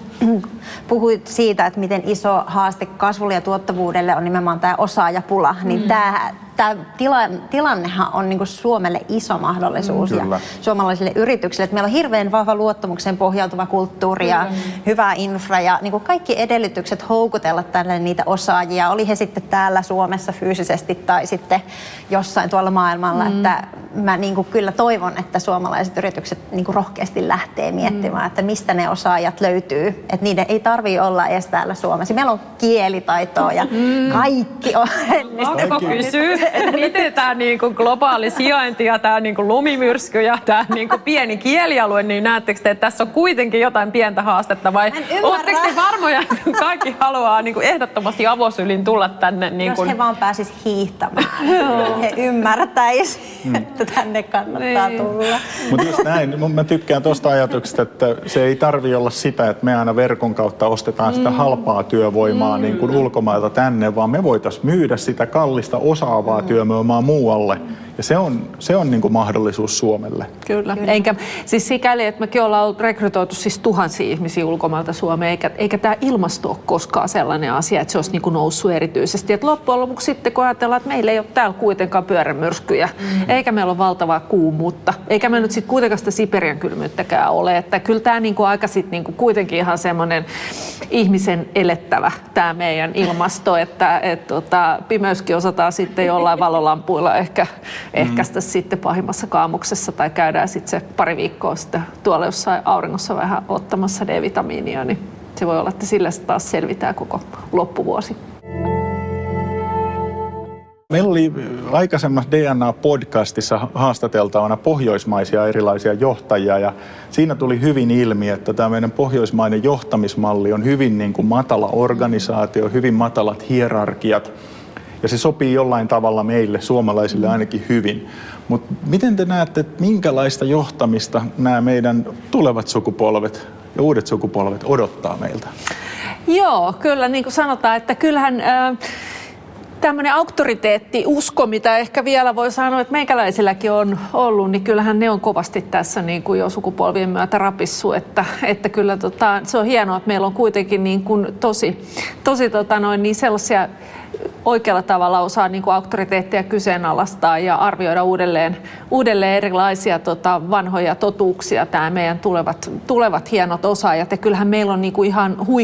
puhuit siitä, että miten iso haaste kasvulle ja tuottavuudelle on nimenomaan tämä osaajapula, niin mm. tämä Tämä tilannehan on niin kuin Suomelle iso mahdollisuus mm, ja suomalaisille yrityksille. Että meillä on hirveän vahva luottamukseen pohjautuva kulttuuri ja mm. hyvä infra ja niin kuin kaikki edellytykset houkutella tänne niitä osaajia. Oli he sitten täällä Suomessa fyysisesti tai sitten jossain tuolla maailmalla. Mm. Että mä niin kuin kyllä toivon, että suomalaiset yritykset niin kuin rohkeasti lähtee miettimään, mm. että mistä ne osaajat löytyy. Että niiden ei tarvitse olla edes täällä Suomessa. Meillä on kielitaitoa ja mm. kaikki on. Onko kysyä? Että miten tämä niinku globaali sijainti ja tämä niinku lumimyrsky ja tämä niinku pieni kielialue, niin näettekö te, että tässä on kuitenkin jotain pientä haastetta vai oletteko te varmoja, että kaikki haluaa niinku ehdottomasti avosylin tulla tänne? Niinku... Jos he vaan pääsis hiihtämään, he ymmärtäisivät, mm. että tänne kannattaa niin. tulla. Mutta just näin, mä tykkään tuosta ajatuksesta, että se ei tarvitse olla sitä, että me aina verkon kautta ostetaan sitä halpaa työvoimaa mm. niin kuin ulkomailta tänne, vaan me voitaisiin myydä sitä kallista osaavaa työvoimaa muualle. Ja se on, se on niin kuin mahdollisuus Suomelle. Kyllä. Kyllä. Eikä, siis sikäli, että mekin ollaan rekrytoitu siis tuhansia ihmisiä ulkomailta Suomeen, eikä, eikä tämä ilmasto ole koskaan sellainen asia, että se olisi niin kuin noussut erityisesti. Et loppujen lopuksi sitten, kun ajatellaan, että meillä ei ole täällä kuitenkaan pyörämyrskyjä, mm-hmm. eikä meillä ole valtavaa kuumuutta, eikä me nyt sitten kuitenkaan sitä Siperian kylmyyttäkään ole. Että kyllä tämä niin kuin aika sitten niin kuin kuitenkin ihan semmoinen ihmisen elettävä tämä meidän ilmasto, että et, tota, pimeyskin osataan sitten jollain valolampuilla ehkä ehkäistä mm. sitten pahimmassa kaamuksessa tai käydään sitten se pari viikkoa sitten tuolla jossain auringossa vähän ottamassa D-vitamiinia, niin se voi olla, että sillä taas selvitään koko loppuvuosi. Meillä oli aikaisemmassa D N A-podcastissa haastateltavana pohjoismaisia erilaisia johtajia ja siinä tuli hyvin ilmi, että tämä meidän pohjoismainen johtamismalli on hyvin niin kuin matala organisaatio, hyvin matalat hierarkiat. Ja se sopii jollain tavalla meille, suomalaisille ainakin hyvin. Mutta miten te näette, että minkälaista johtamista nämä meidän tulevat sukupolvet ja uudet sukupolvet odottaa meiltä? Joo, kyllä niin kuin sanotaan, että kyllähän äh, tämmöinen auktoriteetti, usko, mitä ehkä vielä voi sanoa, että meikäläisilläkin on ollut, niin kyllähän ne on kovasti tässä niin kuin jo sukupolvien myötä rapissu, että, että kyllä tota, se on hienoa, että meillä on kuitenkin niin kuin tosi, tosi tota noin, niin sellaisia oikealla tavalla osaa niin kuin auktoriteettia kyseenalaistaa ja arvioida uudelleen, uudelleen erilaisia tota, vanhoja totuuksia, tämä meidän tulevat, tulevat hienot osaajat. Ja kyllähän meillä on niin kuin ihan huikeat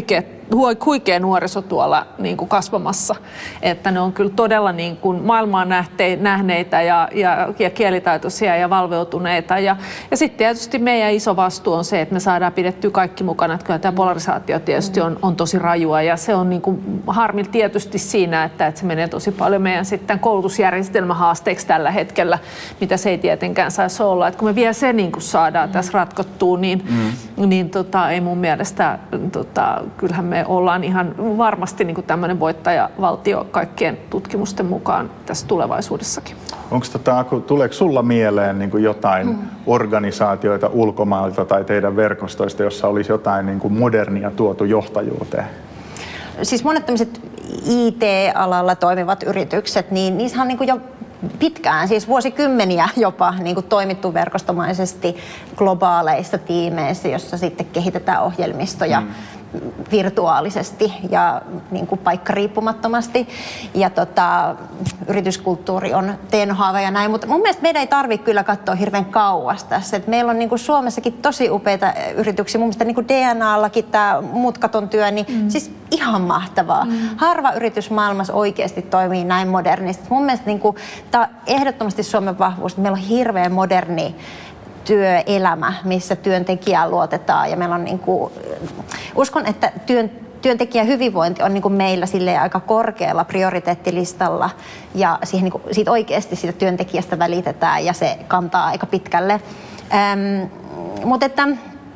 huikea nuoriso tuolla niin kuin kasvamassa, että ne on kyllä todella niin kuin maailmaa nähneitä ja, ja, ja kielitaitoisia ja valveutuneita. Ja, ja sitten tietysti meidän iso vastuu on se, että me saadaan pidettyä kaikki mukana, että kyllä tämä polarisaatio tietysti on, on tosi rajua ja se on niin kuin harmi tietysti siinä, että, että se menee tosi paljon meidän sitten koulutusjärjestelmän haasteeksi tällä hetkellä, mitä se ei tietenkään saisi olla. Että kun me vielä se niin kuin saadaan mm. tässä ratkottua, niin, mm. niin tota, ei mun mielestä, tota, kyllähän me ollaan ihan varmasti niin kuin tämmöinen voittajavaltio kaikkien tutkimusten mukaan tässä tulevaisuudessakin. Onko tota, tuleeko sulla mieleen niin kuin jotain mm. organisaatioita ulkomailta tai teidän verkostoista, jossa olisi jotain niin kuin modernia tuotu johtajuuteen? Siis monet tämmöiset I T-alalla toimivat yritykset, niin niissä on niin kuin jo pitkään, siis vuosikymmeniä jopa niin kuin toimittu verkostomaisesti globaaleissa tiimeissä, jossa sitten kehitetään ohjelmistoja mm. virtuaalisesti ja niin kuin paikkariippumattomasti. Ja tota, yrityskulttuuri on tenhaava ja näin, mutta mun mielestä meidän ei tarvitse kyllä katsoa hirveän kauas tässä. Et meillä on niin kuin Suomessakin tosi upeita yrityksiä. Mun mielestä niin kuin D N A:llakin tämä mutkaton työ, niin mm. siis ihan mahtavaa. Mm. Harva yritys maailmassa oikeasti toimii näin modernisti. Mun mielestä niin kuin, tämä on ehdottomasti Suomen vahvuus, että meillä on hirveän moderni työelämä, missä työntekijään luotetaan ja meillä on niin kuin, uskon, että työn, työntekijän hyvinvointi on niin kuin meillä silleen aika korkealla prioriteettilistalla ja siihen, niin kuin, siitä oikeasti siitä työntekijästä välitetään ja se kantaa aika pitkälle. Ähm, mutta että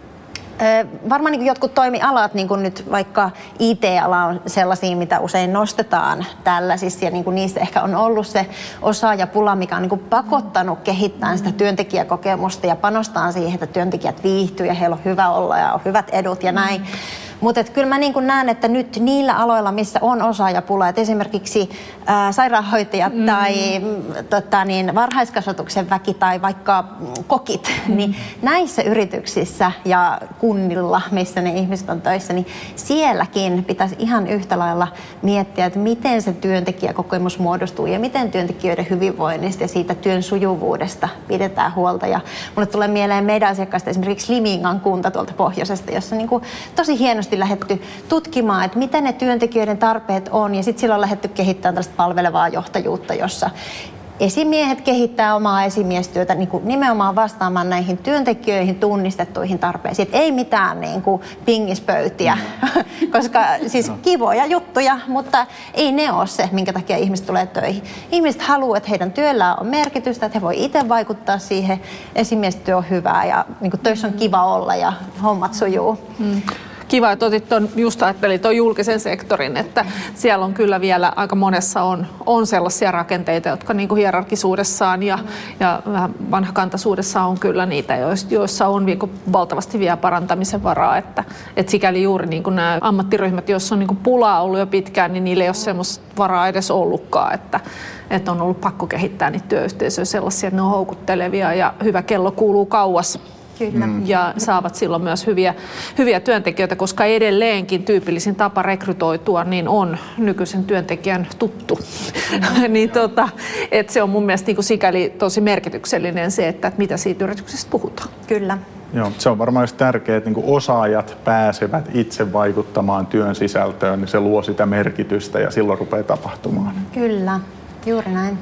varmaan niin jotkut toimialat, niin kuin nyt vaikka I T-ala on sellaisia, mitä usein nostetaan tällaisissa, ja niin kuin niistä ehkä on ollut se osaajapula, mikä on niin kuin pakottanut kehittämään sitä työntekijäkokemusta ja panostaa siihen, että työntekijät viihtyy ja heillä on hyvä olla ja on hyvät edut ja näin. Mutta kyllä mä niin näen, että nyt niillä aloilla, missä on osaajapula, että esimerkiksi ää, sairaanhoitajat mm. tai tota, niin, varhaiskasvatuksen väki tai vaikka kokit, mm. niin näissä yrityksissä ja kunnilla, missä ne ihmiset on töissä, niin sielläkin pitäisi ihan yhtä lailla miettiä, että miten se työntekijäkokemus muodostuu ja miten työntekijöiden hyvinvoinnista ja siitä työn sujuvuudesta pidetään huolta. Ja mulle tulee mieleen meidän asiakkaista esimerkiksi Limingan kunta tuolta pohjoisesta, jossa niin kuin tosi hienosti lähdetty tutkimaan, että mitä ne työntekijöiden tarpeet on, ja sitten silloin on lähdetty kehittämään tällaista palvelevaa johtajuutta, jossa esimiehet kehittää omaa esimiestyötä niin kuin nimenomaan vastaamaan näihin työntekijöihin tunnistettuihin tarpeisiin. Et ei mitään niin kuin pingispöytiä, mm. koska siis kivoja juttuja, mutta ei ne ole se, minkä takia ihmiset tulee töihin. Ihmiset haluaa, että heidän työllään on merkitystä, että he voi itse vaikuttaa siihen. Esimiestyö on hyvää ja niin kuin töissä on kiva olla ja hommat sujuu. Mm. Kiva, että otit tuon, just ajattelin tuon julkisen sektorin, että siellä on kyllä vielä aika monessa on, on sellaisia rakenteita, jotka niin kuin hierarkisuudessaan ja, ja vähän vanhakantaisuudessaan on kyllä niitä, joissa on niin kuin valtavasti vielä parantamisen varaa. Että, että sikäli juuri niin kuin nämä ammattiryhmät, joissa on niin kuin pulaa ollut jo pitkään, niin niillä ei ole semmoista varaa edes ollutkaan, että, että on ollut pakko kehittää niitä työyhteisöjä sellaisia, että ne on houkuttelevia ja hyvä kello kuuluu kauas. Kyllä. Ja saavat silloin myös hyviä, hyviä työntekijöitä, koska edelleenkin tyypillisin tapa rekrytoitua niin on nykyisen työntekijän tuttu. Mm. niin tota, et se on mun mielestä niin kuin sikäli tosi merkityksellinen se, että, että mitä siitä yrityksestä puhutaan. Kyllä. Joo, se on varmaan tärkeää, että niin osaajat pääsevät itse vaikuttamaan työn sisältöön, niin se luo sitä merkitystä ja silloin rupeaa tapahtumaan. Kyllä, juuri näin.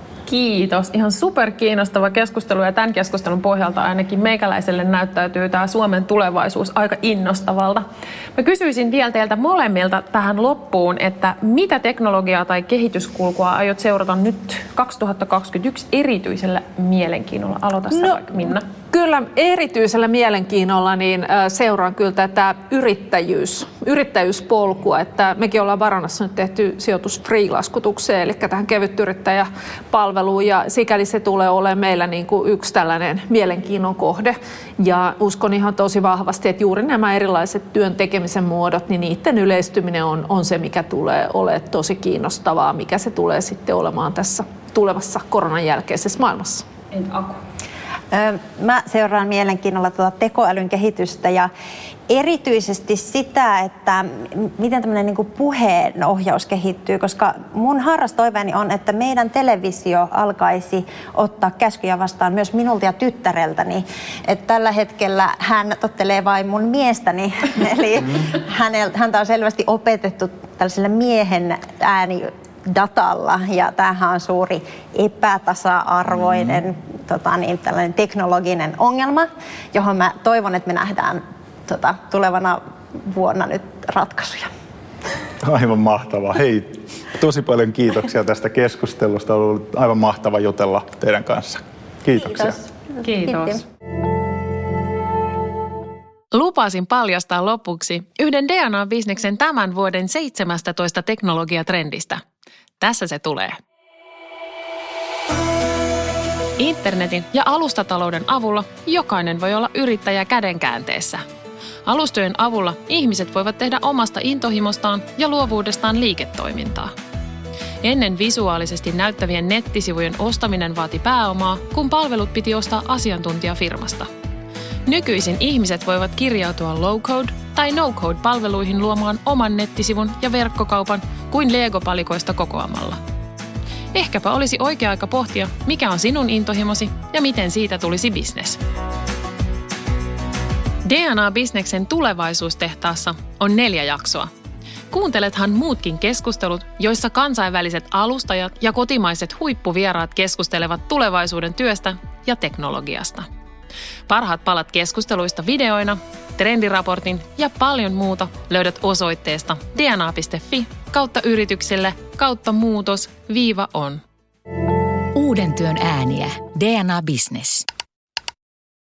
Kiitos. Ihan superkiinnostava keskustelu ja tämän keskustelun pohjalta ainakin meikäläiselle näyttäytyy tämä Suomen tulevaisuus aika innostavalta. Mä kysyisin vielä teiltä molemmilta tähän loppuun, että mitä teknologiaa tai kehityskulkua aiot seurata nyt kaksituhattakaksikymmentäyksi erityisellä mielenkiinnolla? Aloita sä no, vaikka, Minna. Kyllä erityisellä mielenkiinnolla niin seuraan kyllä tätä yrittäjyys, yrittäjyyspolkua, että mekin ollaan Varanassa nyt tehty sijoitus Free-laskutukseen, eli tähän kevytyrittäjäpalveluun, ja sikäli se tulee olemaan meillä niin kuin yksi tällainen mielenkiinnon kohde, ja uskon ihan tosi vahvasti, että juuri nämä erilaiset työn tekemisen muodot, niin niiden yleistyminen on, on se, mikä tulee olemaan tosi kiinnostavaa, mikä se tulee sitten olemaan tässä tulevassa koronan jälkeisessä maailmassa. Entä Aku? Mä seuraan mielenkiinnolla tuota tekoälyn kehitystä ja erityisesti sitä, että miten tämmöinen niin kuin puheenohjaus kehittyy, koska mun harras toiveeni on, että meidän televisio alkaisi ottaa käskyjä vastaan myös minulta ja tyttäreltäni. Että tällä hetkellä hän tottelee vain mun miestäni, eli häntä on selvästi opetettu tällaisella miehen ääni datalla, ja tämähän on suuri epätasa-arvoinen mm. tota niin, tällainen teknologinen ongelma, johon mä toivon, että me nähdään tota, tulevana vuonna nyt ratkaisuja. Aivan mahtavaa. Hei, tosi paljon kiitoksia tästä keskustelusta. On ollut aivan mahtava jutella teidän kanssa. Kiitoksia. Kiitos. Kiitos. Lupasin paljastaa lopuksi yhden D N A-bisneksen tämän vuoden seitsemästätoista teknologiatrendistä. Tässä se tulee. Internetin ja alustatalouden avulla jokainen voi olla yrittäjä käden käänteessä. Alustojen avulla ihmiset voivat tehdä omasta intohimostaan ja luovuudestaan liiketoimintaa. Ennen visuaalisesti näyttävien nettisivujen ostaminen vaati pääomaa, kun palvelut piti ostaa asiantuntijafirmasta. Nykyisin ihmiset voivat kirjautua low-code tai no-code-palveluihin luomaan oman nettisivun ja verkkokaupan kuin Lego-palikoista kokoamalla. Ehkäpä olisi oikea aika pohtia, mikä on sinun intohimosi ja miten siitä tulisi bisnes. D N A-bisneksen tulevaisuustehtaassa on neljä jaksoa. Kuuntelethan muutkin keskustelut, joissa kansainväliset alustajat ja kotimaiset huippuvieraat keskustelevat tulevaisuuden työstä ja teknologiasta. Parhaat palat keskusteluista videoina, trendiraportin ja paljon muuta löydät osoitteesta dna piste fi kautta yrityksille kautta muutos viiva on. Uuden työn ääniä. D N A Business.